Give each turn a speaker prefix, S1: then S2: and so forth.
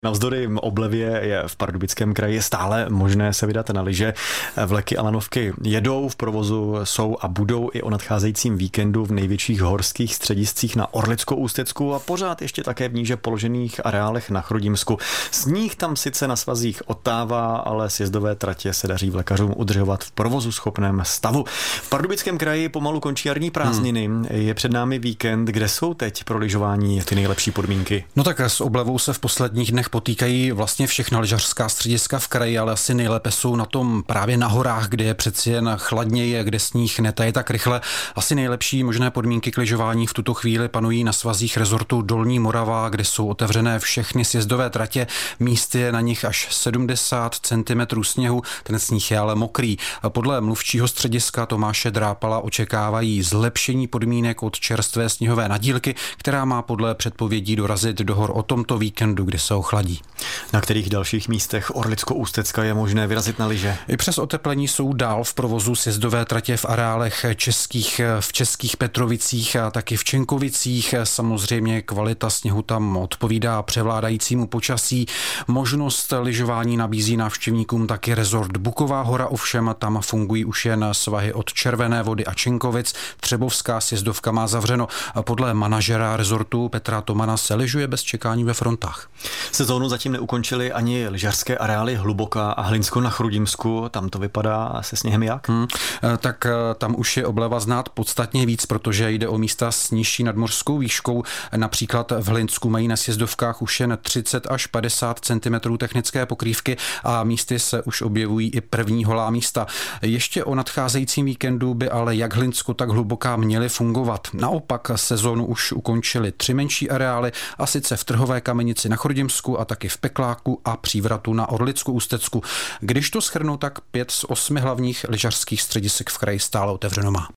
S1: Navzdory oblevě je v Pardubickém kraji stále možné se vydat na lyže. Vleky a lanovky jedou, v provozu jsou a budou i o nadcházejícím víkendu v největších horských střediscích na Orlicko-Ústecku a pořád ještě také v níže položených areálech na Chrudimsku. Sníh tam sice na svazích odtává, ale sjezdové tratě se daří vlekařům udržovat v provozu schopném stavu. V Pardubickém kraji pomalu končí jarní prázdniny. Je před námi víkend, kde jsou teď pro lyžování ty nejlepší podmínky.
S2: No tak s oblevou se v posledních dnech potýkají vlastně všechna lyžařská střediska v kraji, ale asi nejlépe jsou na tom právě na horách, kde je přeci jen chladněji, kde sníh netaje tak rychle. Asi nejlepší možné podmínky k lyžování v tuto chvíli panují na svazích rezortu Dolní Morava, kde jsou otevřené všechny sjezdové tratě. Místy je na nich až 70 cm sněhu, ten sníh je ale mokrý. Podle mluvčího střediska Tomáše Drápala očekávají zlepšení podmínek od čerstvé sněhové nadílky, která má podle předpovědí dorazit do hor o tomto víkendu, kde se ochladí.
S1: Na kterých dalších místech Orlicko-Ústecka je možné vyrazit na lyže?
S2: I přes oteplení jsou dál v provozu sjezdové tratě v areálech v Českých Petrovicích a taky v Čenkovicích. Samozřejmě kvalita sněhu tam odpovídá převládajícímu počasí. Možnost lyžování nabízí návštěvníkům taky rezort Buková hora, ovšem tam fungují už jen svahy od Červené Vody a Čenkovic. Třebovská sjezdovka má zavřeno. Podle manažera rezortu Petra Tomana se lyžuje bez čekání ve frontách.
S1: Sezónu zatím neukončili ani lyžařské areály Hluboká a Hlinsko na Chrudimsku. Tam to vypadá se sněhem jak?
S2: Tak tam už je obleva znát podstatně víc, protože jde o místa s nižší nadmořskou výškou. Například v Hlinsku mají na sjezdovkách už jen 30 až 50 cm technické pokrývky a místy se už objevují i první holá místa. Ještě o nadcházejícím víkendu by ale jak Hlinsko, tak Hluboká měly fungovat. Naopak sezónu už ukončili 3 menší areály, a sice v Trhové Kamenici na Chrudimsku a taky v Pekláku a Přívratu na Orlicku-Ústecku. Když to shrnu, tak 5 z 8 hlavních lyžařských středisek v kraji stále otevřeno má.